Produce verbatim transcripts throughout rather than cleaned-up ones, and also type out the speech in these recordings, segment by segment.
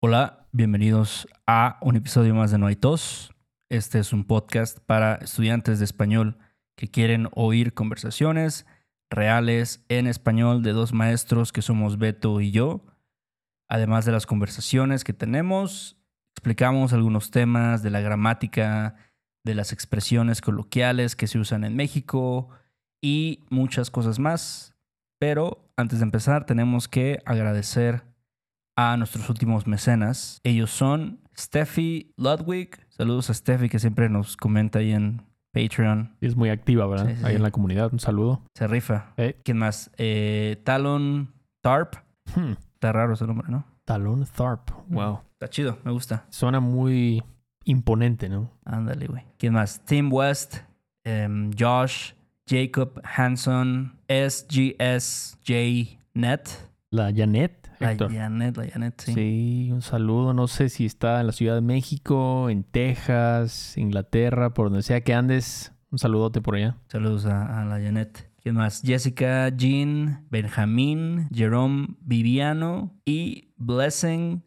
Hola, bienvenidos a un episodio más de No hay tos. Este es un podcast para estudiantes de español que quieren oír conversaciones reales en español de dos maestros que somos Beto y yo. Además de las conversaciones que tenemos, explicamos algunos temas de la gramática, de las expresiones coloquiales que se usan en México y muchas cosas más. Pero antes de empezar tenemos que agradecer a nuestros últimos mecenas. Ellos son Steffi Ludwig. Saludos a Steffi, que siempre nos comenta ahí en Patreon. Es muy activa, ¿verdad? Sí, sí, ahí sí. en la comunidad. Un saludo. Se rifa. Hey. ¿Quién más? Eh, Talon Tharp. Hmm. Está raro ese nombre, ¿no? Talon Tharp. Wow. Está chido, me gusta. Suena muy imponente, ¿no? Ándale, güey. ¿Quién más? Tim West, um, Josh, Jacob Hanson, S G S J Net. La Janet. La Héctor. Janet, la Janet, sí. Sí, un saludo. No sé si está en la Ciudad de México, en Texas, Inglaterra, por donde sea que andes. Un saludote por allá. Saludos a, a la Janet. ¿Quién más? Jessica, Jean, Benjamín, Jerome, Viviano y Blessing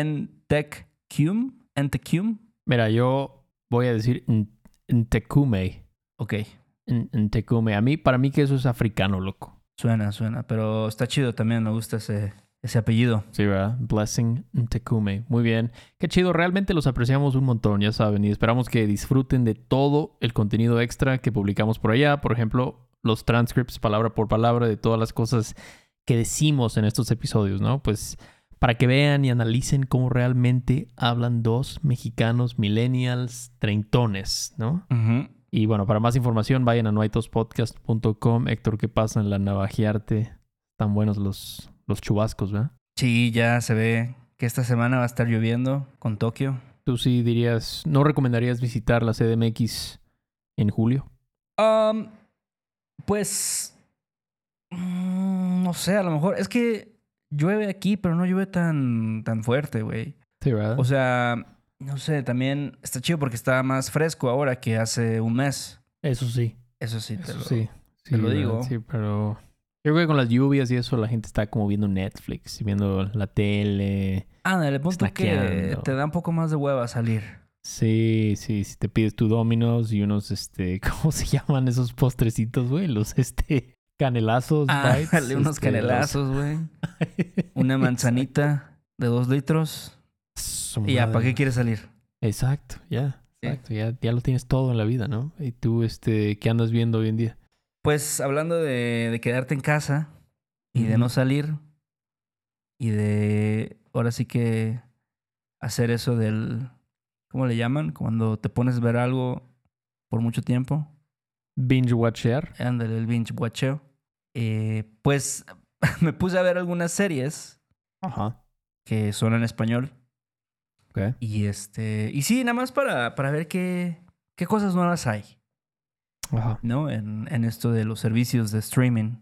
Entecum. Entecum. Mira, yo voy a decir N- Ntecume. Ok, N- Ntecume. A mí, para mí que eso es africano, loco. suena, suena. Pero está chido también, me gusta ese, ese apellido. Sí, ¿verdad? Blessing Ntecume. Muy bien. Qué chido. Realmente los apreciamos un montón, ya saben. Y esperamos que disfruten de todo el contenido extra que publicamos por allá. Por ejemplo, los transcripts palabra por palabra de todas las cosas que decimos en estos episodios, ¿no? Pues para que vean y analicen cómo realmente hablan dos mexicanos millennials treintones, ¿no? Uh-huh. Y bueno, para más información vayan a noaitospodcast punto com. Héctor, ¿qué pasa en la Navajearte? Están buenos los, los chubascos, ¿verdad? Sí, ya se ve que esta semana va a estar lloviendo con Tokio. Tú sí dirías, ¿no recomendarías visitar la C D M X en julio? Um, pues, mm, no sé, a lo mejor. Es que llueve aquí, pero no llueve tan, tan fuerte, güey. Sí, ¿verdad? O sea, no sé, también está chido porque está más fresco ahora que hace un mes. Eso sí. Eso sí, te Eso lo, sí. te lo ¿verdad? digo. Sí, pero yo creo que con las lluvias y eso la gente está como viendo Netflix y viendo la tele. Ándale, el punto que Snackeando. te da un poco más de hueva salir. Sí, sí, si te pides tu Domino's y unos, este, ¿cómo se llaman esos postrecitos, güey? Los, este, canelazos, bites. Ándale, unos este, canelazos, güey. Una manzanita de dos litros. Su Y ya, madre. ¿para qué quieres salir? Exacto, ya. Sí. Exacto, ya, ya lo tienes todo en la vida, ¿no? Y tú, este, ¿qué andas viendo hoy en día? Pues hablando de, de quedarte en casa y de Ujú. no salir y de ahora sí que hacer eso del, ¿cómo le llaman? Cuando te pones a ver algo por mucho tiempo. Binge watchear. Ándale, el binge watcheo. Eh, pues me puse a ver algunas series Ajá. que son en español. Ok. Y este. Y sí, nada más para, para ver qué, qué cosas nuevas hay, Ajá. ¿no? En, en esto de los servicios de streaming.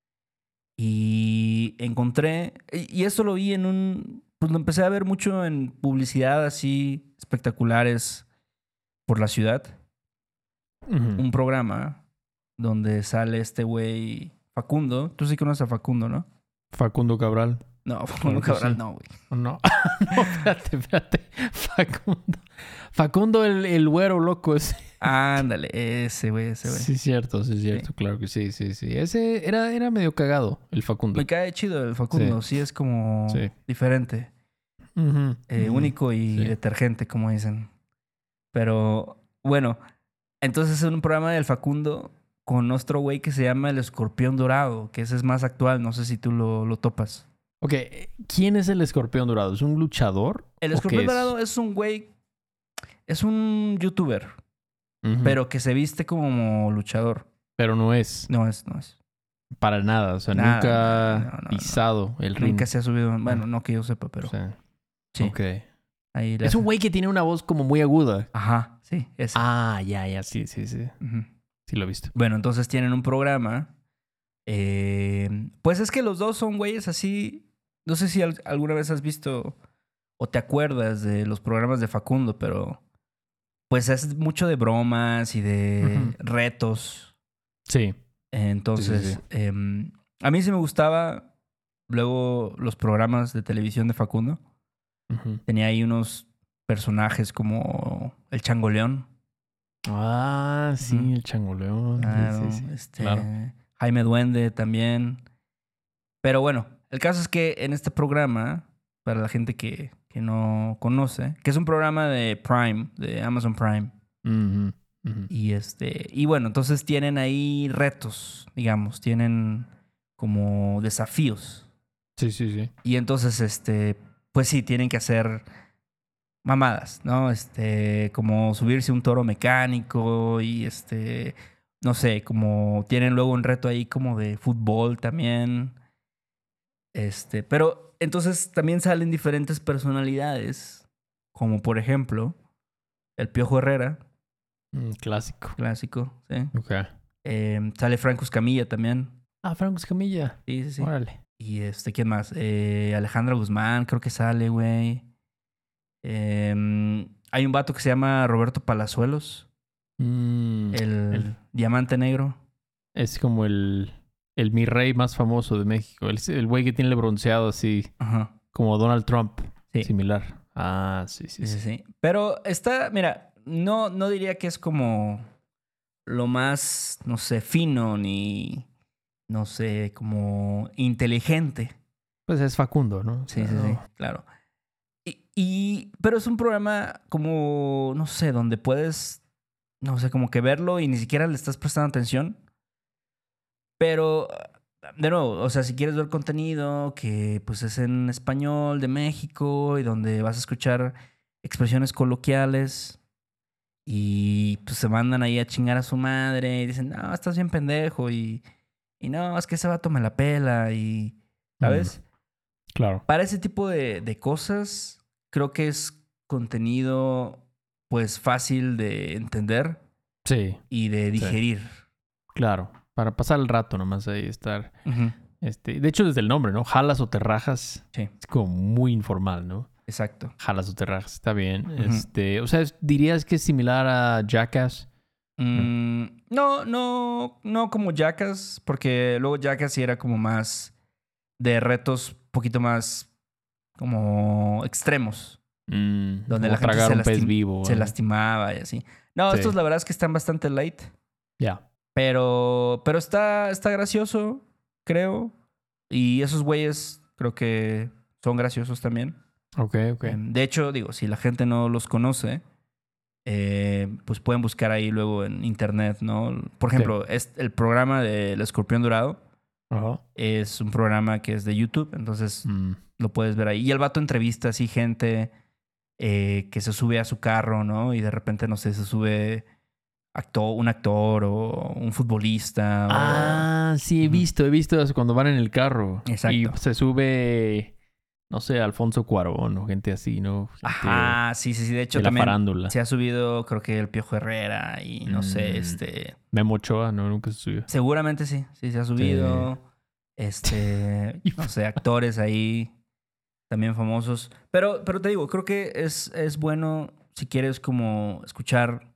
Y encontré. Y y esto lo vi en un. Pues lo empecé a ver mucho en publicidad así espectaculares por la ciudad. Ujú. Un programa donde sale este güey Facundo. Tú sí conoces a Facundo, ¿no? Facundo Cabral. No, Facundo Claro que Cabral sí. no, güey. ¿O no? No, espérate, espérate. Facundo. Facundo el, el güero loco ese. Ándale, ese güey, ese güey. Sí, es cierto, sí, es cierto. Sí. Claro que sí, sí, sí. Ese era, era medio cagado, el Facundo. Me cae chido el Facundo, sí, es como Sí. diferente, Ujú, eh, ujú. único y Sí. detergente, como dicen. Pero bueno, entonces es un programa del Facundo con otro güey que se llama El Escorpión Dorado, que ese es más actual, no sé si tú lo, lo topas. Ok, ¿quién es el escorpión dorado? ¿Es un luchador? El ¿O Escorpión qué es? Dorado es un güey, es un youtuber, Ujú. pero que se viste como luchador. Pero no es No es, no es. para nada. O sea, Nada, nunca nada, no, no, no. pisado el ring. Nunca se ha subido, bueno, Ah. no que yo sepa, pero O sea, sí. ok. Ahí le Es un hace- güey que tiene una voz como muy aguda. Ajá, sí, ese. Ah, ya, ya, sí, sí, sí. Ujú. Sí lo he visto. Bueno, entonces tienen un programa. eh, pues es que los dos son güeyes así. No sé si al- alguna vez has visto o te acuerdas de los programas de Facundo, pero pues es mucho de bromas y de Ujú. retos. Sí. Entonces, Sí, sí, em, a mí sí me gustaba luego los programas de televisión de Facundo. Ujú. Tenía ahí unos personajes como el Changoleón. Ah, sí, Ujú. el changoleón. Claro, Sí, sí, sí. este, Claro. Jaime Duende también. Pero bueno, el caso es que en este programa, para la gente que, que no conoce, que es un programa de Prime, de Amazon Prime. Ujú, ujú. Y este, y bueno, entonces tienen ahí retos, digamos, tienen como desafíos. Sí, sí, sí. Y entonces, este, pues sí, tienen que hacer mamadas, ¿no? Este, como subirse a un toro mecánico y este, no sé, como tienen luego un reto ahí como de fútbol también. Este, pero entonces también salen diferentes personalidades, como por ejemplo el Piojo Herrera, Mm, clásico. clásico, ¿sí? Ok. Eh, sale Franco Escamilla también. Ah, Franco Escamilla. Sí, sí, sí. Órale. Y este, ¿quién más? Eh, Alejandra Guzmán, creo que sale, güey. Eh, hay un vato que se llama Roberto Palazuelos, Mm, el- el Diamante Negro. es como el, el mi rey más famoso de México. El, el güey que tiene el bronceado así, Ajá. como Donald Trump. Sí, Similar. Ah, sí, sí, sí, sí, sí. sí. Pero está, mira, no, no diría que es como lo más, no sé, fino ni, no sé, como inteligente. Pues es Facundo, ¿no? O Sí, sea, sí, sí, no. claro. Y, y- pero es un programa como, no sé, donde puedes, no sé, como que verlo y ni siquiera le estás prestando atención. Pero, de nuevo, o sea, si quieres ver contenido que pues es en español de México y donde vas a escuchar expresiones coloquiales y pues se mandan ahí a chingar a su madre y dicen, no, estás bien pendejo y, y no, es que ese vato me la pela y, Mm, ¿sabes? claro. Para ese tipo de, de cosas, creo que es contenido pues fácil de entender Sí, y de sí. digerir. Claro. Para pasar el rato nomás ahí estar. Ujú. Este, de hecho, desde el nombre, ¿no? Jalas o te rajas. Sí, Es como muy informal, ¿no? exacto. Jalas o te rajas. Está bien. Ujú. Este, o sea, es- dirías que es similar a Jackass. No. Mm, no, no, no como Jackass, porque luego Jackass sí era como más de retos un poquito más como extremos, Mm, donde como la gente tragar se, un pez lastim- vivo. se ¿Eh? lastimaba y así. No, estos Sí. la verdad es que están bastante light, Ya. pero, pero está, está gracioso, creo. Y esos güeyes creo que son graciosos también. Ok, ok. Em, De hecho, digo, si la gente no los conoce, eh, pues pueden buscar ahí luego en internet, ¿no? Por Sí. ejemplo, es el programa del Escorpión Dorado Ajá. es un programa que es de YouTube, entonces Mm. lo puedes ver ahí. Y el vato entrevista así gente eh, que se sube a su carro, ¿no? Y de repente, no sé, se sube actor, un actor o un futbolista o... Ah, sí, he Ujú. visto, he visto eso cuando van en el carro. Y Exacto. se sube, no sé, Alfonso Cuarón o gente así, ¿no? Gente Ajá, sí, sí, sí. De hecho, de la también farándula. se ha subido, creo que el Piojo Herrera y no sé, Mm. este... Memo Ochoa, no, nunca se subió. Seguramente sí, sí se ha subido. Este, no sé, actores ahí también famosos. Pero, pero te digo, creo que es, es bueno si quieres como escuchar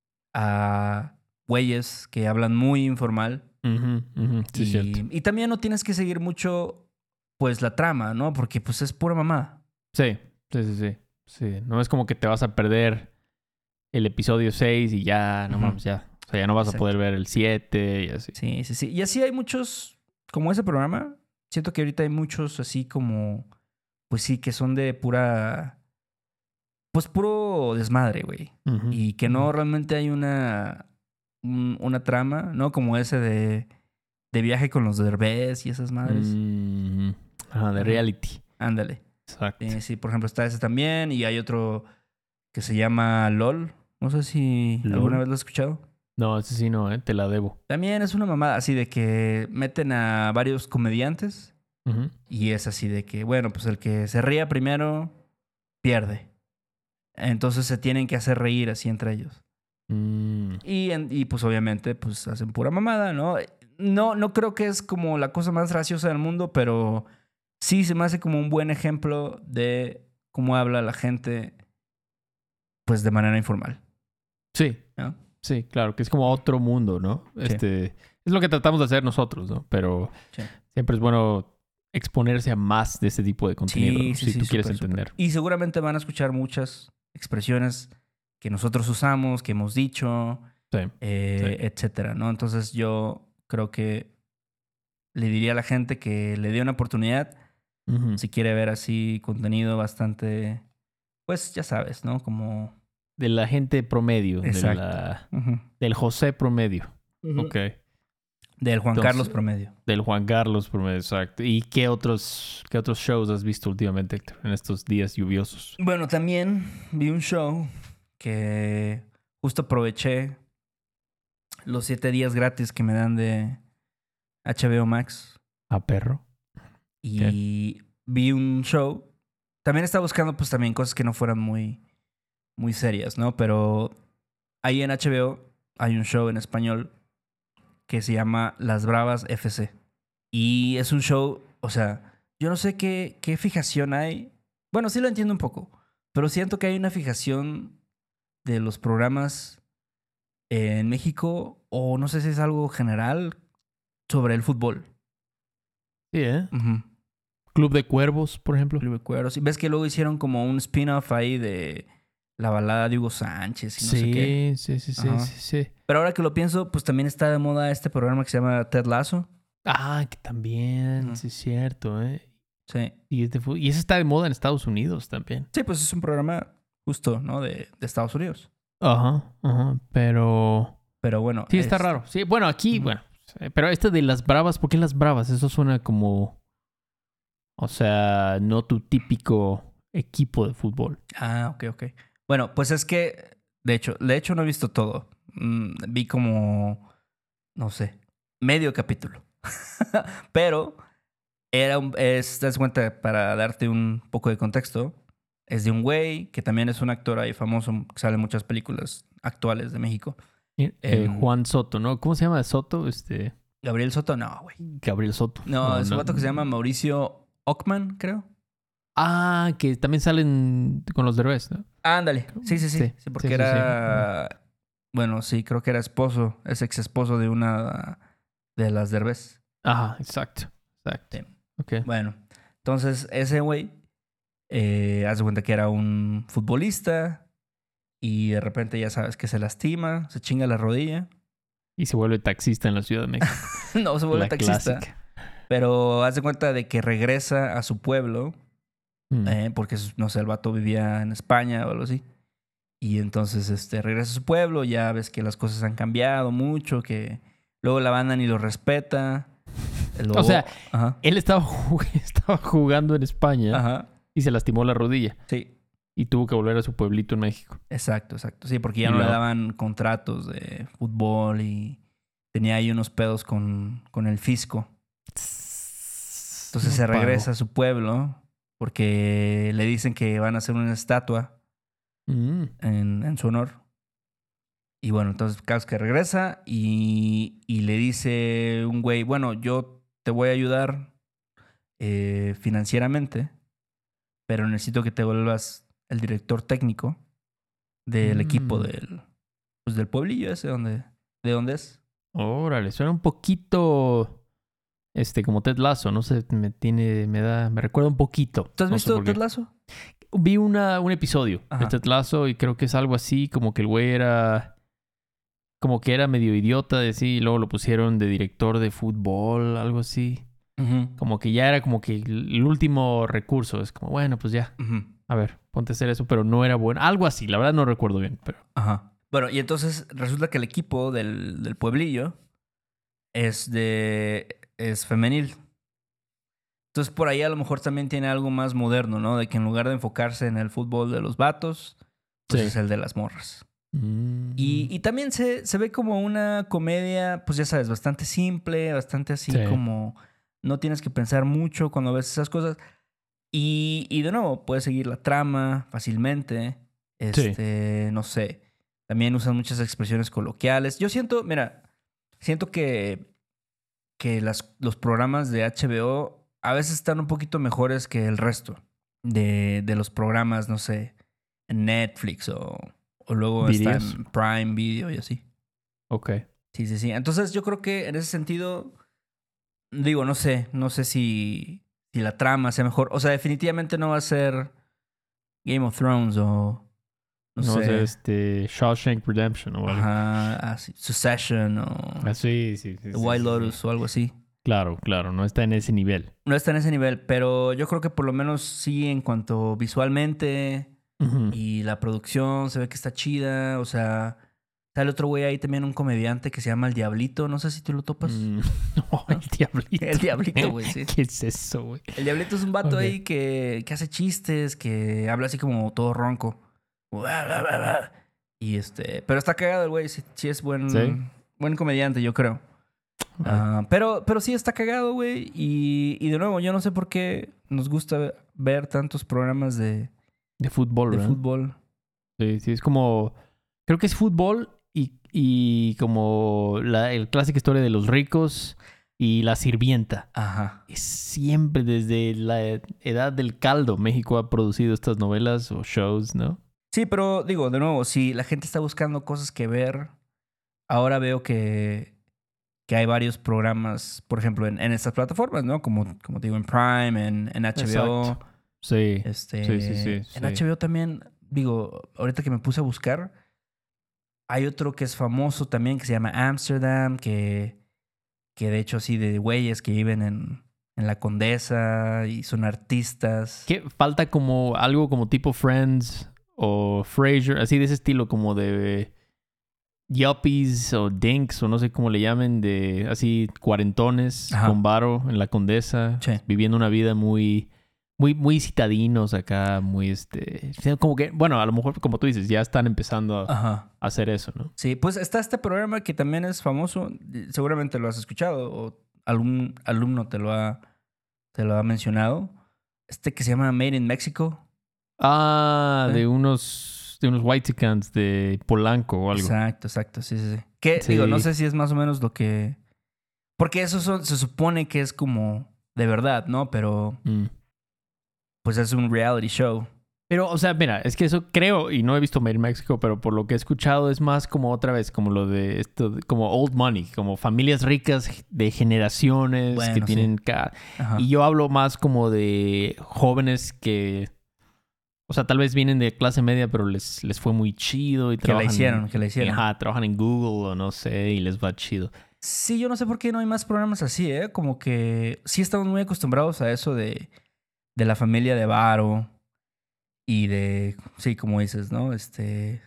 a güeyes que hablan muy informal. Ujú, ujú, sí, es cierto. Y, y también no tienes que seguir mucho, pues, la trama, ¿no? Porque, pues, es pura mamá. Sí, sí, sí, sí. Sí, no es como que te vas a perder el episodio seis y ya, no Ujú. mames, ya. O sea, ya no vas a Exacto. poder ver el siete y así. Sí, sí, sí. Y así hay muchos, como ese programa. Siento que ahorita hay muchos así como, pues sí, que son de pura, pues puro desmadre, güey. Ujú, Y que no ujú. realmente hay una, un- una trama, ¿no? Como ese de, de viaje con los Derbez y esas madres. Mm, ajá, de Ajá. reality. Ándale. Exacto. Eh, sí, por ejemplo, está ese también. Y hay otro que se llama LOL. No sé si alguna ¿LOL? vez lo has escuchado. No, ese sí no, ¿eh? Te la debo. También es una mamada así de que meten a varios comediantes. Ujú. Y es así de que, bueno, pues el que se ría primero pierde. Entonces se tienen que hacer reír así entre ellos. Mm, Y, en- y pues obviamente pues hacen pura mamada, ¿no? No, no creo que es como la cosa más graciosa del mundo, pero sí se me hace como un buen ejemplo de cómo habla la gente pues de manera informal, sí, ¿no? sí, claro, que es como otro mundo, ¿no? Sí. Este, es lo que tratamos de hacer nosotros, ¿no? Pero Sí. siempre es bueno exponerse a más de este tipo de contenido, Sí, ¿no? sí, si sí, tú quieres súper, súper. entender. Y seguramente van a escuchar muchas expresiones que nosotros usamos, que hemos dicho, Sí, eh, sí. etcétera, ¿no? Entonces yo creo que le diría a la gente que le dé una oportunidad Ujú. si quiere ver así contenido bastante, pues ya sabes, ¿no? Como... De la gente promedio, de Exacto. la, Ujú. del José promedio. Ujú. Ok. Del Juan Entonces, Carlos promedio. del Juan Carlos promedio, exacto. ¿Y qué otros, qué otros shows has visto últimamente, Héctor, en estos días lluviosos? Bueno, también vi un show que justo aproveché los siete días gratis que me dan de H B O Max ¿A perro? ¿Qué? y vi un show. También estaba buscando pues también cosas que no fueran muy, muy serias, ¿no? Pero ahí en H B O hay un show en español que se llama Las Bravas F C. Y es un show, o sea, yo no sé qué, qué fijación hay. Bueno, sí lo entiendo un poco, pero siento que hay una fijación de los programas en México, o no sé si es algo general, sobre el fútbol. Sí, ¿eh? Ujú. Club de Cuervos, por ejemplo. Club de Cueros. Y ves que luego hicieron como un spin-off ahí de la balada de Hugo Sánchez y no sé qué. Sí, sí, sí, sí, Ajá. sí, sí. Pero ahora que lo pienso, pues también está de moda este programa que se llama Ted Lasso. Ah, que también, Ujú. sí es cierto, ¿eh? Sí. Y, es de fu- y ese está de moda en Estados Unidos también. Sí, pues es un programa justo, ¿no? De, de Estados Unidos. Ajá, ajá, pero... Pero bueno, Sí, está este, raro. Sí, bueno, aquí, Ujú. bueno. sí, Pero este de las bravas, ¿por qué las bravas? Eso suena como... O sea, no tu típico equipo de fútbol. Ah, ok, ok. Bueno, pues es que, de hecho, de hecho no he visto todo. Mm, vi como, no sé, medio capítulo. Pero era un, es, te das cuenta, para darte un poco de contexto, es de un güey que también es un actor ahí famoso, que sale en muchas películas actuales de México. Eh, eh, Em, Juan Soto, ¿no? ¿Cómo se llama Soto? Este... Gabriel Soto, no, güey. Gabriel Soto. No, No, es un no. vato que se llama Mauricio Ockman, creo. Ah, que también salen con los Derbez, ¿no? Ándale. Sí, sí, sí. Sí, Sí, porque sí, sí, sí. era. Bueno, sí, creo que era esposo. Es ex esposo de una de las Derbez. Ajá, exacto. Exacto. Sí. Ok. Bueno, entonces ese güey eh, haz de cuenta que era un futbolista y de repente ya sabes que se lastima, se chinga la rodilla. Y se vuelve taxista en la Ciudad de México. No se vuelve La taxista, clásica. pero haz de cuenta de que regresa a su pueblo, Mm. eh, porque no sé, el vato vivía en España o algo así. Y entonces este, regresa a su pueblo, ya ves que las cosas han cambiado mucho, que luego la banda ni lo respeta. Luego, O sea, ajá, él estaba, jug- estaba jugando en España ajá, y se lastimó la rodilla. sí, Y tuvo que volver a su pueblito en México. exacto, exacto. Sí, porque ya Y no le luego... daban contratos de fútbol y tenía ahí unos pedos con, con el fisco. Entonces No se pagó. regresa a su pueblo porque le dicen que van a hacer una estatua Mm. en, en su honor. Y bueno, entonces caso que regresa y, y le dice un güey, bueno, yo te voy a ayudar eh, financieramente, pero necesito que te vuelvas el director técnico del equipo Mm. del, pues del pueblillo ese donde, de donde es. Órale, suena un poquito este como Ted Lasso, no sé, me tiene me da me recuerda un poquito. ¿Tú has No sé visto por Ted qué. Lasso? Vi una un episodio de Ajá. Ted Lasso y creo que es algo así como que el güey era como que era medio idiota de sí y luego lo pusieron de director de fútbol, algo así. Ujú, Como que ya era como que el último recurso, es como, bueno, pues ya. ujú. A ver, ponte a hacer eso, pero no era bueno. Algo así, la verdad no recuerdo bien, pero Ajá. Bueno, y entonces resulta que el equipo del, del pueblillo es de. Es femenil. Entonces por ahí a lo mejor también tiene algo más moderno, ¿no? De que en lugar de enfocarse en el fútbol de los vatos, pues sí. es el de las morras. Mm. Y, y también se, se ve como una comedia, pues ya sabes, bastante simple, bastante así Sí. como no tienes que pensar mucho cuando ves esas cosas. Y, y de nuevo, puedes seguir la trama fácilmente. Este, no sé. También usan muchas expresiones coloquiales. Yo siento, mira, siento que, que las, los programas de H B O a veces están un poquito mejores que el resto de, de los programas, no sé, en Netflix o, o luego está ¿Dirías? en Prime Video y así. Ok. Sí, sí, sí. Entonces yo creo que en ese sentido, digo, no sé, no sé si, si la trama sea mejor. O sea, definitivamente no va a ser Game of Thrones o no, No sé. sé, este... Shawshank Redemption o algo. Ajá, así, Succession o Ah, sí, sí, sí. The sí, White sí, Lotus sí. o algo así. Claro, claro. No está en ese nivel. No está en ese nivel, pero yo creo que por lo menos sí en cuanto visualmente Ujú. y la producción se ve que está chida. O sea, sale otro güey ahí también, un comediante que se llama El Diablito. No sé si tú lo topas. Mm, no, el diablito. El Diablito, güey, sí. ¿Qué es eso, güey? El Diablito es un vato Ok. ahí que, que hace chistes, que habla así como todo ronco. Y este, pero está cagado el güey, sí, sí es buen, ¿Sí? buen comediante, yo creo. Ah, Ah, pero, pero sí está cagado, güey. Y, y de nuevo, yo no sé por qué nos gusta ver tantos programas de, de fútbol, de ¿verdad? fútbol. Sí, sí, es como... Creo que es fútbol y, y como la el clásica historia de los ricos y la sirvienta. Ajá. Es siempre desde la edad del caldo México ha producido estas novelas o shows, ¿no? Sí, pero digo, de nuevo, si la gente está buscando cosas que ver, ahora veo que, que hay varios programas, por ejemplo, en, en estas plataformas, ¿no? Como, como te digo, en Prime, en, en H B O. Exacto. Sí, Este, sí, sí, sí, en sí. H B O también, digo, ahorita que me puse a buscar, hay otro que es famoso también que se llama Amsterdam, que, que de hecho así de güeyes que viven en, en la Condesa y son artistas. ¿Qué falta como algo como tipo Friends o Frasier, así de ese estilo como de yuppies o dinks o no sé cómo le llamen, de así cuarentones Ajá. con varo en la Condesa, Sí. viviendo una vida muy muy muy citadinos acá, muy este, como que bueno, a lo mejor como tú dices, ya están empezando a, Ajá. a hacer eso, ¿no? Sí, pues está este programa que también es famoso, seguramente lo has escuchado o algún alumno te lo ha, te lo ha mencionado. Este que se llama Made in Mexico. Ah, ¿Sí? de unos de unos whitexicans de Polanco o algo. Exacto, exacto, sí, sí, sí. Que Sí. digo, no sé si es más o menos lo que... Porque eso son- se supone que es como de verdad, ¿no? Pero Mm. pues es un reality show. Pero, o sea, mira, es que eso creo, y no he visto Made in Mexico, pero por lo que he escuchado es más como otra vez, como lo de esto, de- como old money, como familias ricas de generaciones Bueno, que sí. tienen... ca- Ajá. Y yo hablo más como de jóvenes que, o sea, tal vez vienen de clase media, pero les, les fue muy chido y Que la trabajan... hicieron, en- que la hicieron. Ajá, trabajan en Google o no sé, y les va chido. Sí, yo no sé por qué no hay más programas así, ¿eh? Como que sí estamos muy acostumbrados a eso de, de la familia de varo y de, sí, como dices, ¿no? Este,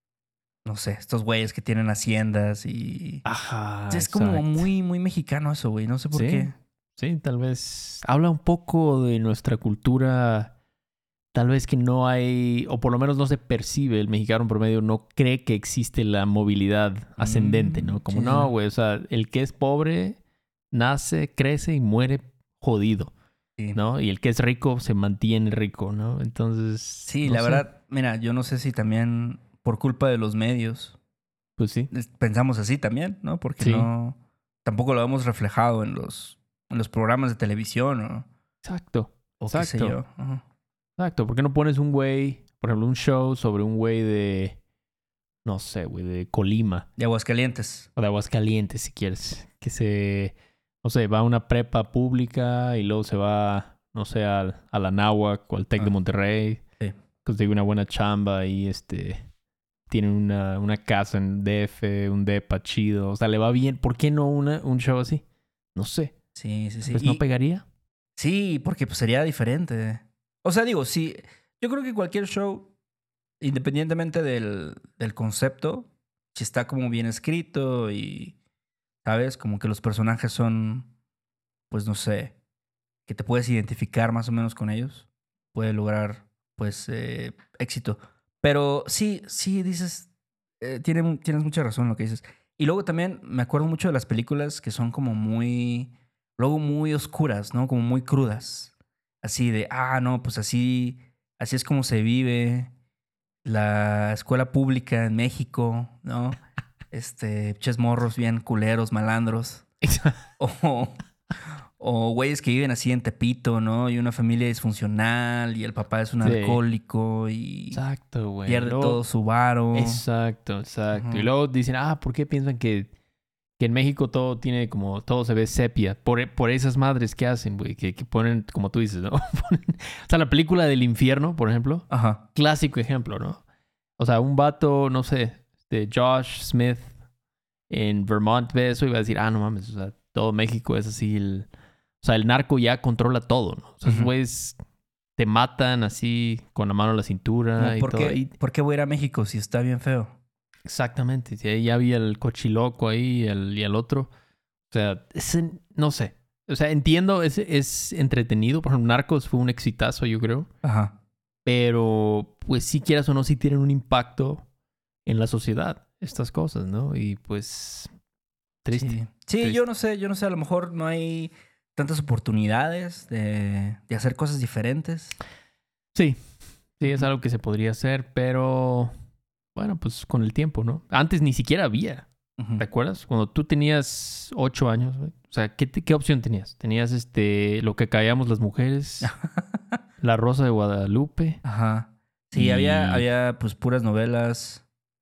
no sé, estos güeyes que tienen haciendas y... Ajá, Sí, es como exacto. muy, muy mexicano eso, güey. No sé por Sí, qué. sí, tal vez habla un poco de nuestra cultura, tal vez que no hay, o por lo menos no se percibe, el mexicano promedio no cree que existe la movilidad ascendente, ¿no? Como sí, no, sí. güey, o sea, el que es pobre nace, crece y muere jodido, Sí, ¿no? Y el que es rico se mantiene rico, ¿no? Entonces, sí, no la sé, verdad, mira, yo no sé si también por culpa de los medios pues sí, es- pensamos así también, ¿no? Porque sí, no, tampoco lo hemos reflejado en los, en los programas de televisión o, exacto, o qué sé exacto. yo. Ajá. Exacto, ¿por qué no pones un güey, por ejemplo, un show sobre un güey de, no sé, güey, de Colima De Aguascalientes. o de Aguascalientes, si quieres, que se, no sé, va a una prepa pública y luego se va, no sé, al, a la Náhuac o al Tec de Ah, Monterrey, sí. consigue una buena chamba y este, tiene una, una casa en D F, un depa chido, o sea, le va bien. ¿Por qué no una, un show así? No sé, Sí, sí, sí. pues no Y- pegaría. sí, porque pues sería diferente. O sea, digo, sí, yo creo que cualquier show, independientemente del, del concepto, si está como bien escrito y, ¿sabes? Como que los personajes son, pues no sé, que te puedes identificar más o menos con ellos, puede lograr, pues, eh, éxito. Pero sí, sí, dices, eh, tiene- tienes mucha razón en lo que dices. Y luego también me acuerdo mucho de las películas que son como muy, luego muy oscuras, ¿no? Como muy crudas. Así de, ah, no, pues así, así es como se vive la escuela pública en México, ¿no? Este, ches morros bien culeros, malandros. O, o güeyes que viven así en Tepito, ¿no? Y una familia disfuncional y el papá es un Sí, alcohólico y exacto, güey. pierde Luego- todo su varo. Exacto, exacto. Y Ujú. luego dicen, ah, ¿por qué piensan que Que en México todo tiene como... Todo se ve sepia. Por, por esas madres que hacen, güey. Que, que ponen, como tú dices, ¿no? Ponen- o sea, la película del infierno, por ejemplo. Ajá. Clásico ejemplo, ¿no? O sea, un vato, no sé, de Josh Smith en Vermont ve eso y va a decir, ah, no mames, o sea, todo México es así. El, o sea, el narco ya controla todo, ¿no? O sea, esos Ujú. güeyes te matan así con la mano a la cintura Como, y ¿por todo. qué, Y por qué voy a ir a México si está bien feo? exactamente. Sí, ahí ya había el cochiloco ahí y el, y el otro. O sea, ese, no sé. O sea, entiendo, es, es entretenido. Por ejemplo, Narcos fue un exitazo, yo creo. Ajá. Pero, pues, si quieras o no, sí tienen un impacto en la sociedad, estas cosas, ¿no? Y pues, triste, Sí. Sí, yo triste. no sé, yo no sé, a lo mejor no hay tantas oportunidades de, de hacer cosas diferentes. Sí, sí, es Ujú. algo que se podría hacer, pero, bueno, pues con el tiempo, ¿no? Antes ni siquiera había. Ujú. ¿Te acuerdas? Cuando tú tenías ocho años, güey. O sea, ¿qué, te- qué opción tenías? Tenías este, lo que callamos las mujeres, La Rosa de Guadalupe Ajá. Sí, había, y... había pues puras novelas.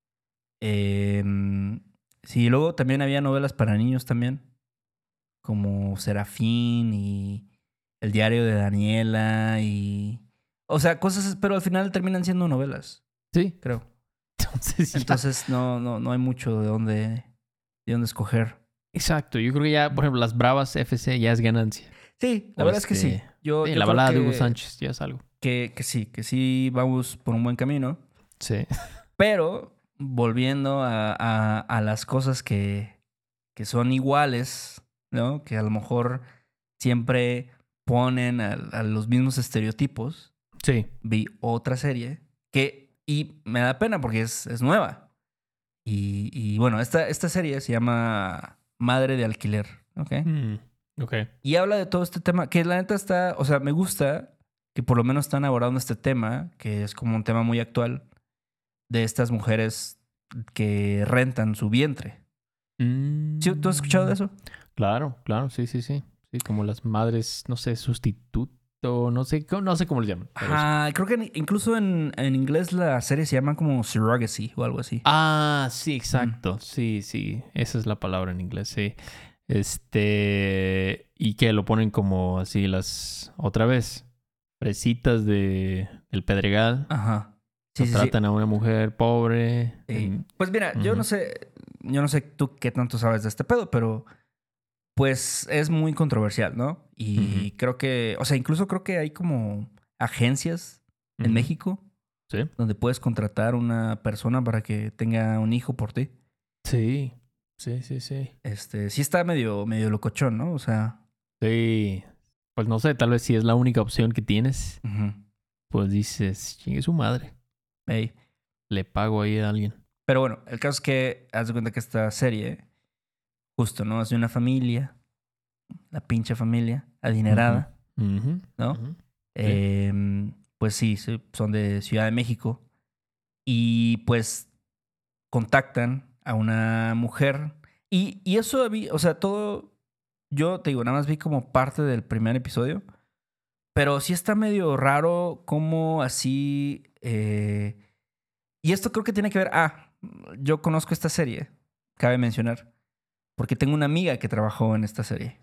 Em, sí, luego también había novelas para niños también, como Serafín y El diario de Daniela y... O sea, cosas, pero al final terminan siendo novelas, Sí, creo. entonces ya... Entonces no, no, no hay mucho de dónde, de dónde escoger. Exacto, yo creo que ya, por ejemplo, las Bravas F C ya es ganancia. Sí, la O verdad es que sí. este... Yo, sí, yo la creo balada de Hugo que, Sánchez ya es algo. que, que sí, que sí vamos por un buen camino. Sí. Pero volviendo a, a- a las cosas que, que son iguales, ¿no? Que a lo mejor siempre ponen a, a los mismos estereotipos. Sí. Vi otra serie que, y me da pena porque es, es nueva. Y, y bueno, esta, esta serie se llama Madre de Alquiler, ¿ok? Mm, ok. Y habla de todo este tema, que la neta está, o sea, me gusta que por lo menos están abordando este tema, que es como un tema muy actual, de estas mujeres que rentan su vientre. ¿Sí? ¿Tú has escuchado de Mm, eso? claro, claro, sí, sí, sí. Sí, como las madres, no sé, sustituto, no sé, cómo- no sé cómo le llaman, pero sí. Ajá, creo que en- incluso en, en inglés la serie se llama como surrogacy o algo así. Ah, sí, Ujú. exacto. Sí, sí. Esa es la palabra en inglés, sí. Este. Y que lo ponen como así las. Otra vez. Fresitas de, del Pedregal. Ajá. Sí, sí, sí. Contratan a una mujer pobre. Sí. en- Pues mira, yo no Ujú, sé, yo no sé tú qué tanto sabes de este pedo, pero pues es muy controversial, ¿no? ujú, Y creo que, o sea, incluso creo que hay como agencias en ujú. México Sí. donde puedes contratar una persona para que tenga un hijo por ti. Sí. Sí, sí, sí. Este, sí está medio, medio locochón, ¿no? O sea, Sí. Pues no sé, tal vez si es la única opción que tienes, ujú. pues dices, chingue su madre. Ey. Le pago ahí a alguien. Pero bueno, el caso es que haz de cuenta que esta serie, justo, ¿no? Es de una familia, la pinche familia, Ujú, adinerada, ujú, ¿no? ujú. Sí. Em, pues sí, sí, son de Ciudad de México. Y pues contactan a una mujer. Y, y eso, vi- o sea, todo, yo te digo, nada más vi como parte del primer episodio. Pero sí está medio raro cómo así... eh, y esto creo que tiene que ver... Ah, yo conozco esta serie, cabe mencionar, porque tengo una amiga que trabajó en esta serie.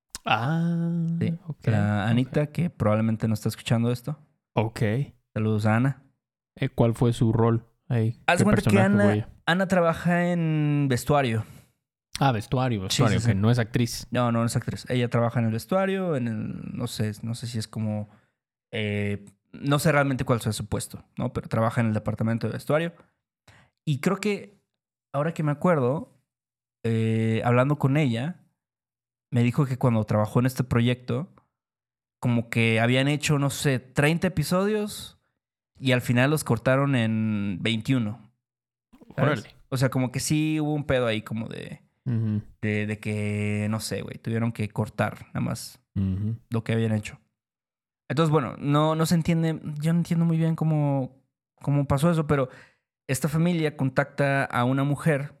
Ah, Sí. ok, La ok. Anita, que probablemente no está escuchando esto. Ok. Eh, Saludos a Ana. ¿Cuál fue su rol ahí? Haz de ¿Qué cuenta que personaje fue Ana, ella? Ana trabaja en vestuario. Ah, vestuario, Sí, sí, vestuario, que sí. no es actriz. No, no, no es actriz. Ella trabaja en el vestuario, en el... No sé, no sé si es como... eh, no sé realmente cuál sea su puesto, ¿no? Pero trabaja en el departamento de vestuario. Y creo que, ahora que me acuerdo, eh, hablando con ella, me dijo que cuando trabajó en este proyecto, como que habían hecho, no sé, treinta episodios y al final los cortaron en veintiuno, ¿sabes? Órale. O sea, como que sí hubo un pedo ahí como de, Ujú, de, de que, no sé, güey, tuvieron que cortar nada más ujú. lo que habían hecho. Entonces, bueno, no, no se entiende, yo no entiendo muy bien cómo, cómo pasó eso, pero esta familia contacta a una mujer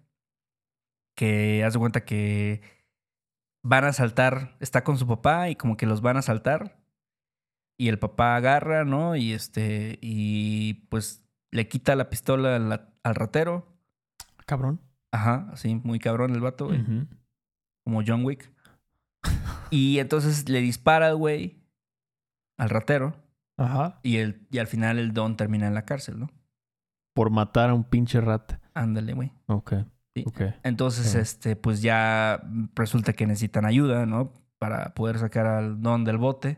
que hace cuenta que van a saltar, está con su papá y como que los van a saltar y el papá agarra, ¿no? Y este, y pues le quita la pistola al, al ratero. Cabrón. Ajá, así, muy cabrón el vato, güey. Ujú. como John Wick. Y entonces le dispara al güey, al ratero, Ajá. y, el, y al final el Don termina en la cárcel, ¿no? Por matar a un pinche rata. Ándale, güey. Ok. Sí. Ok. Entonces, Sí. este, pues ya resulta que necesitan ayuda, ¿no? Para poder sacar al Don del bote.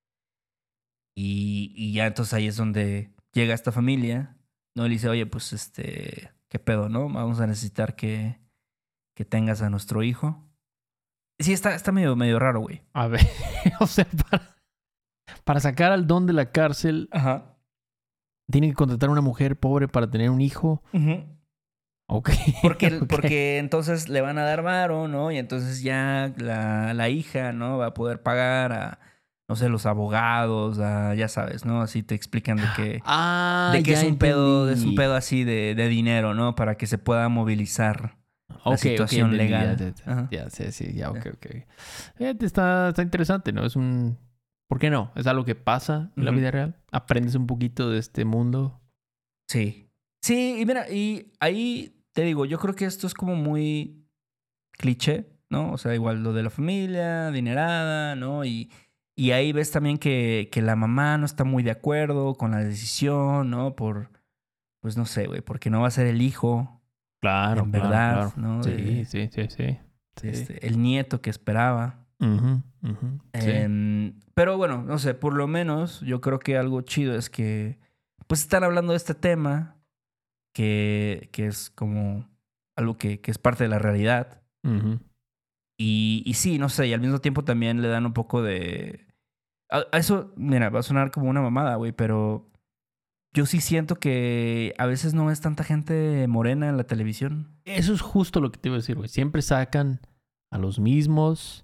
Y, y ya entonces ahí es donde llega esta familia, ¿no? Y le dice, oye, pues este, ¿qué pedo, no? Vamos a necesitar que, que tengas a nuestro hijo. Sí, está, está medio, medio raro, güey. A ver, o sea, para, para sacar al Don de la cárcel, Ajá. tiene que contratar a una mujer pobre para tener un hijo. Uh-huh. Ok. Porque, Ok. porque entonces le van a dar varo, ¿no? Y entonces ya la, la hija, ¿no? Va a poder pagar a, no sé, los abogados, a, ya sabes, ¿no? Así te explican de que, Ah, de que ya es un entendí. pedo, es un pedo así de, de dinero, ¿no? Para que se pueda movilizar la Ok, situación ok, entendí, legal. Ya, ya, Ajá. ya, sí, sí, ya, ok, ok. Eh, está, está interesante, ¿no? Es un... ¿Por qué no? Es algo que pasa en la Ujú. vida real. Aprendes un poquito de este mundo. Sí. Sí, y mira, y ahí te digo, yo creo que esto es como muy cliché, ¿no? O sea, igual lo de la familia, adinerada, ¿no? Y, y ahí ves también que, que la mamá no está muy de acuerdo con la decisión, ¿no? Por, pues no sé, güey, porque no va a ser el hijo, Claro, en claro, verdad, claro. ¿no? Sí, De, sí, sí, sí. de Sí. este, el nieto que esperaba. Ujú, ujú, sí. Em, pero bueno, no sé, por lo menos yo creo que algo chido es que pues están hablando de este tema que, que es como algo que, que es parte de la realidad. Ujú. Y, y sí, no sé, y al mismo tiempo también le dan un poco de... A, a eso, mira, va a sonar como una mamada, güey, pero yo sí siento que a veces no es tanta gente morena en la televisión. Eso es justo lo que te iba a decir, güey. Siempre sacan a los mismos.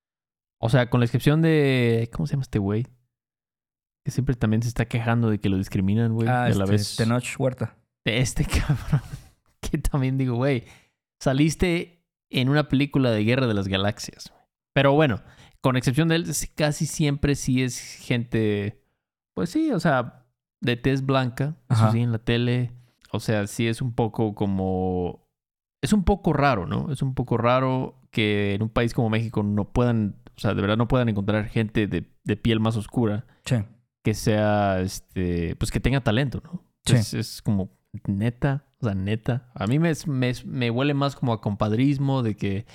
O sea, con la excepción de... ¿Cómo se llama este güey? Que siempre también se está quejando de que lo discriminan, güey. Ah, Y a la este, vez... Tenoch Huerta. De este cabrón. Que también digo, güey, saliste en una película de Guerra de las Galaxias. Pero bueno, con excepción de él, casi siempre sí es gente, pues sí, o sea, de tez blanca. Eso Ajá. sí, en la tele. O sea, sí es un poco como... Es un poco raro, ¿no? Es un poco raro que en un país como México no puedan, o sea, de verdad no puedan encontrar gente de, de piel más oscura Sí. que sea, este, pues que tenga talento, ¿no? Sí. Es, es como neta, o sea, neta. A mí me, me, me huele más como a compadrismo de que,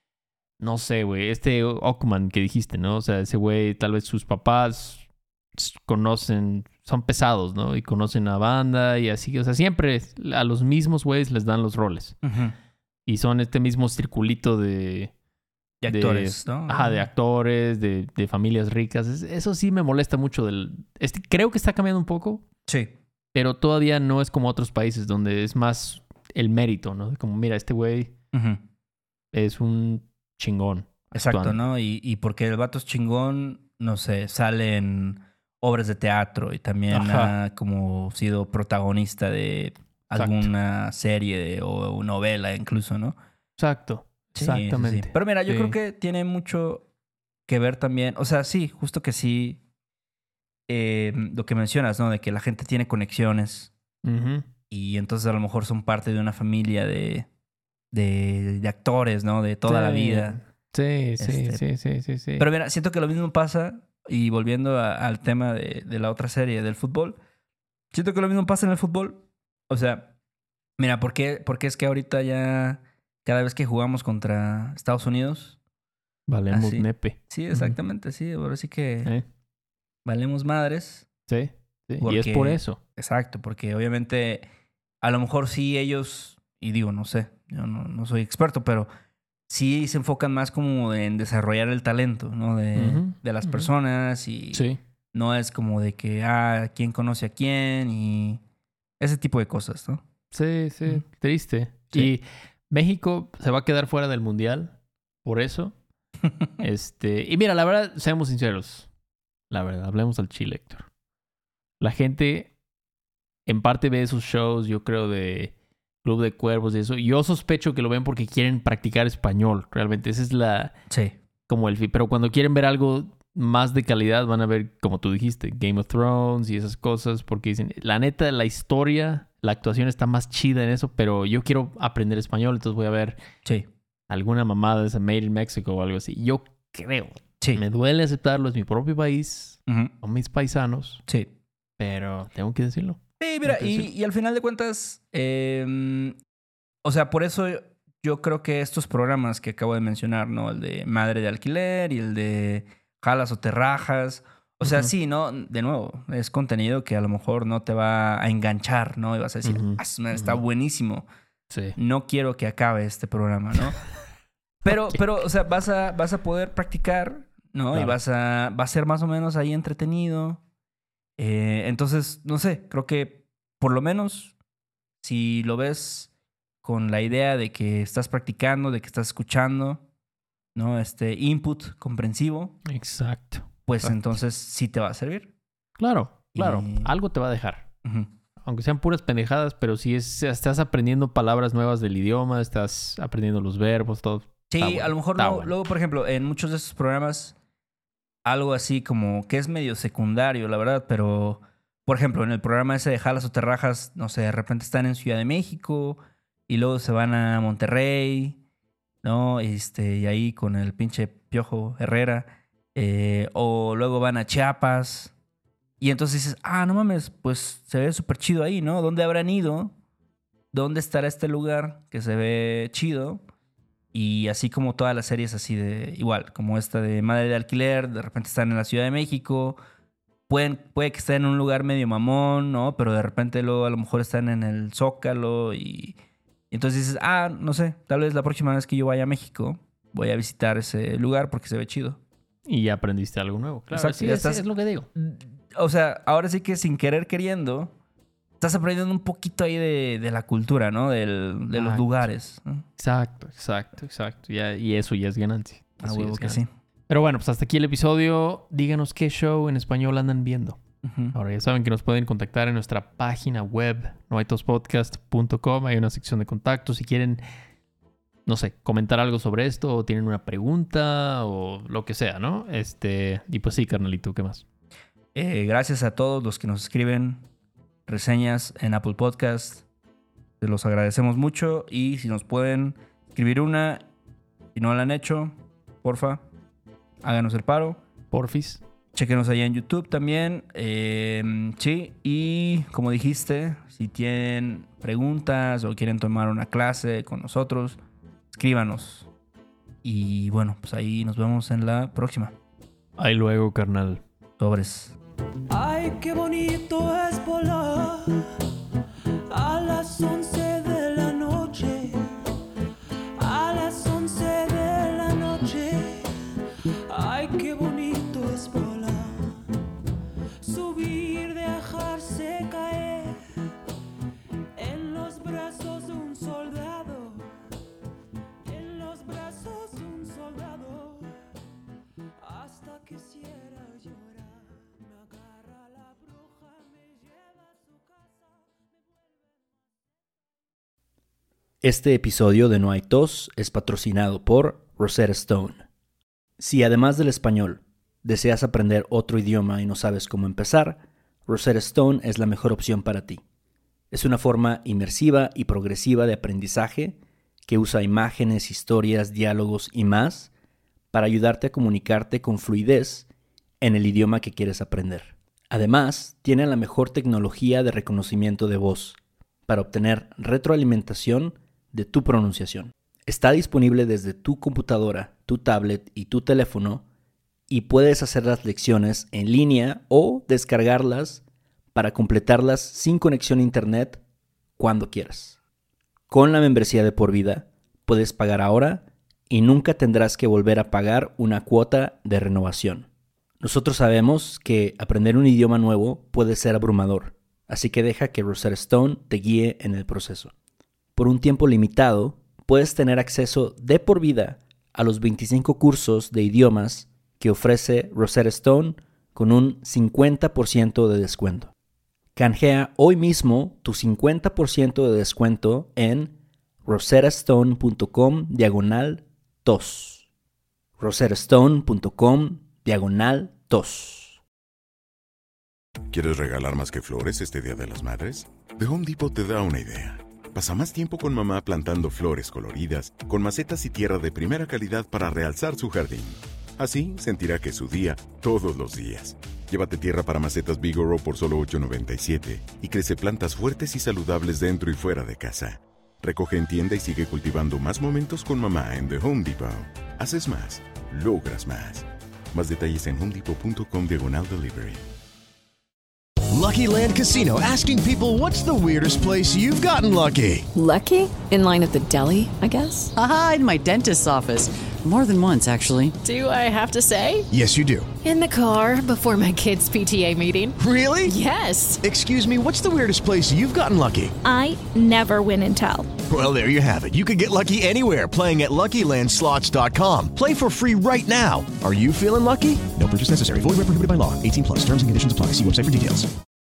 no sé, güey, este Ockman que dijiste, ¿no? O sea, ese güey, tal vez sus papás conocen, son pesados, ¿no? Y conocen a banda y así, o sea, siempre a los mismos güeyes les dan los roles. Uh-huh. Y son este mismo circulito de... De de- actores, ¿no? Ajá, de actores, de, de familias ricas. Es- eso sí me molesta mucho del... Este, creo que está cambiando un poco, Sí. pero todavía no es como otros países donde es más el mérito, ¿no? Como, mira, este güey Uh-huh. es un chingón. Exacto, actuando. ¿no? Y, y porque el vato es chingón, no sé, sale en obras de teatro y también Ajá. ha como sido protagonista de alguna serie de- o novela incluso, ¿no? Exacto. Sí, sí, sí. Exactamente. Pero mira, yo Sí. creo que tiene mucho que ver también, o sea, sí, justo que sí, eh, lo que mencionas, ¿no? De que la gente tiene conexiones Ujú. y entonces a lo mejor son parte de una familia de, de, de actores, ¿no? De toda la Sí. vida. Sí, sí, Este, sí, sí, sí, sí. Pero mira, siento que lo mismo pasa, y volviendo a- al tema de, de la otra serie, del fútbol, siento que lo mismo pasa en el fútbol. O sea, mira, ¿por qué, por qué es que ahorita ya, cada vez que jugamos contra Estados Unidos, Valemos así? nepe. Sí, Ujú. exactamente, sí, ahora sí que Eh, valemos madres. Sí, sí. Porque, Y es por eso. exacto, porque obviamente a lo mejor sí ellos, y digo, no sé, yo no, no soy experto, pero sí se enfocan más como en desarrollar el talento, ¿no? De, Ujú, de las ujú. personas y Sí. no es como de que, ah, quién conoce a quién y ese tipo de cosas, ¿no? Sí, sí. Ujú. Triste. Sí. Y México se va a quedar fuera del mundial por eso. Este, y mira, la verdad, seamos sinceros. La verdad, hablemos al chile, Héctor. La gente en parte ve esos shows, yo creo, de Club de Cuervos y eso. Yo sospecho que lo ven porque quieren practicar español. Realmente, esa es la... Sí. como el... fi- Pero cuando quieren ver algo más de calidad, van a ver, como tú dijiste, Game of Thrones y esas cosas. Porque dicen, la neta, la historia, la actuación está más chida en eso, pero yo quiero aprender español, entonces voy a ver Sí. alguna mamada de esa Made in Mexico o algo así. Yo creo. Sí. Me duele aceptarlo, es mi propio país, Uh-huh. son mis paisanos, Sí. pero tengo que decirlo. Sí, mira, Tengo que y, decirlo. y al final de cuentas, eh, o sea, por eso yo creo que estos programas que acabo de mencionar, ¿no? El de Madre de Alquiler y el de Jalas o Terrajas. O sea, Ujú. sí, ¿no? De nuevo, es contenido que a lo mejor no te va a enganchar, ¿no? Y vas a decir, Ujú, ah, su madre, está ujú. buenísimo. Sí. No quiero que acabe este programa, ¿no? Pero, Ok. pero, o sea, vas a, vas a poder practicar, ¿no? Y Claro. vas a, va a ser más o menos ahí entretenido. Eh, entonces, no sé, creo que por lo menos si lo ves con la idea de que estás practicando, de que estás escuchando, ¿no? Este input comprensivo, Exacto. pues Exacto. entonces sí te va a servir. Claro, claro. Y- Algo te va a dejar. Ujú. Aunque sean puras pendejadas, pero si es, estás aprendiendo palabras nuevas del idioma, estás aprendiendo los verbos, todo. Sí, Está bueno, a lo mejor está luego, bueno. luego, por ejemplo, en muchos de estos programas, algo así como que es medio secundario, la verdad, pero, por ejemplo, en el programa ese de Jalas o Terrajas, no sé, de repente están en Ciudad de México y luego se van a Monterrey, ¿no? Este, y ahí con el pinche Piojo Herrera, eh, o luego van a Chiapas, y entonces dices, ah, no mames, pues se ve súper chido ahí, ¿no? ¿Dónde habrán ido? ¿Dónde estará este lugar que se ve chido? Y así como todas las series así de igual, como esta de Madre de Alquiler, de repente están en la Ciudad de México, pueden, puede que estén en un lugar medio mamón, ¿no? Pero de repente luego a lo mejor están en el Zócalo y, y entonces dices, ah, no sé, tal vez la próxima vez que yo vaya a México voy a visitar ese lugar porque se ve chido. Y ya aprendiste algo nuevo. Claro, Exacto, sí, ya es, estás- es lo que digo. O sea, ahora sí que sin querer queriendo, estás aprendiendo un poquito ahí de, de la cultura, ¿no? Del- de los Exacto. lugares, ¿no? Exacto, exacto, exacto. Ya, y eso ya es ganancia. A Eso ya huevo es que ganancia. sí. Pero bueno, pues hasta aquí el episodio. Díganos qué show en español andan viendo. Ujú. Ahora ya saben que nos pueden contactar en nuestra página web, noaitospodcast punto com. Hay una sección de contactos. Si quieren, no sé, comentar algo sobre esto o tienen una pregunta o lo que sea, ¿no? Este, y pues sí, carnalito, ¿qué más? Eh, gracias a todos los que nos escriben reseñas en Apple Podcast. Se los agradecemos mucho. Y si nos pueden escribir una y no la han hecho, porfa, háganos el paro. Porfis. Chequenos allá en YouTube también. Eh, sí, y como dijiste, si tienen preguntas o quieren tomar una clase con nosotros, escríbanos. Y bueno, pues ahí nos vemos en la próxima. Ahí luego, carnal. Sobres. Ay, qué bonito es volar a las once de la noche, a las once de la noche. Ay, qué bonito es volar, subir, dejarse caer en los brazos de un soldado, en los brazos de un soldado, hasta que quisiera llorar. Este episodio de No hay tos es patrocinado por Rosetta Stone. Si además del español deseas aprender otro idioma y no sabes cómo empezar, Rosetta Stone es la mejor opción para ti. Es una forma inmersiva y progresiva de aprendizaje que usa imágenes, historias, diálogos y más para ayudarte a comunicarte con fluidez en el idioma que quieres aprender. Además, tiene la mejor tecnología de reconocimiento de voz para obtener retroalimentación de tu pronunciación. Está disponible desde tu computadora, tu tablet y tu teléfono y puedes hacer las lecciones en línea o descargarlas para completarlas sin conexión a internet cuando quieras. Con la membresía de por vida puedes pagar ahora y nunca tendrás que volver a pagar una cuota de renovación. Nosotros sabemos que aprender un idioma nuevo puede ser abrumador, así que deja que Rosetta Stone te guíe en el proceso. Por un tiempo limitado, puedes tener acceso de por vida a los veinticinco cursos de idiomas que ofrece Rosetta Stone con un cincuenta por ciento de descuento. Canjea hoy mismo tu cincuenta por ciento de descuento en rosettastone.com diagonal tos. rosettastone.com diagonal tos. ¿Quieres regalar más que flores este Día de las Madres? The Home Depot te da una idea. Pasa más tiempo con mamá plantando flores coloridas, con macetas y tierra de primera calidad para realzar su jardín. Así sentirá que es su día todos los días. Llévate tierra para macetas Vigoro por solo ocho noventa y siete y crece plantas fuertes y saludables dentro y fuera de casa. Recoge en tienda y sigue cultivando más momentos con mamá en The Home Depot. Haces más, logras más. Más detalles en homedepot.com diagonal delivery. Lucky Land Casino, asking people, what's the weirdest place you've gotten lucky? Lucky? In line at the deli, I guess? Aha, in my dentist's office. More than once, actually. Do I have to say? Yes, you do. In the car before my kids' P T A meeting. Really? Yes. Excuse me, what's the weirdest place you've gotten lucky? I never win and tell. Well, there you have it. You can get lucky anywhere, playing at Lucky Land Slots dot com. Play for free right now. Are you feeling lucky? No purchase necessary. Void where prohibited by law. eighteen plus. Terms and conditions apply. See website for details.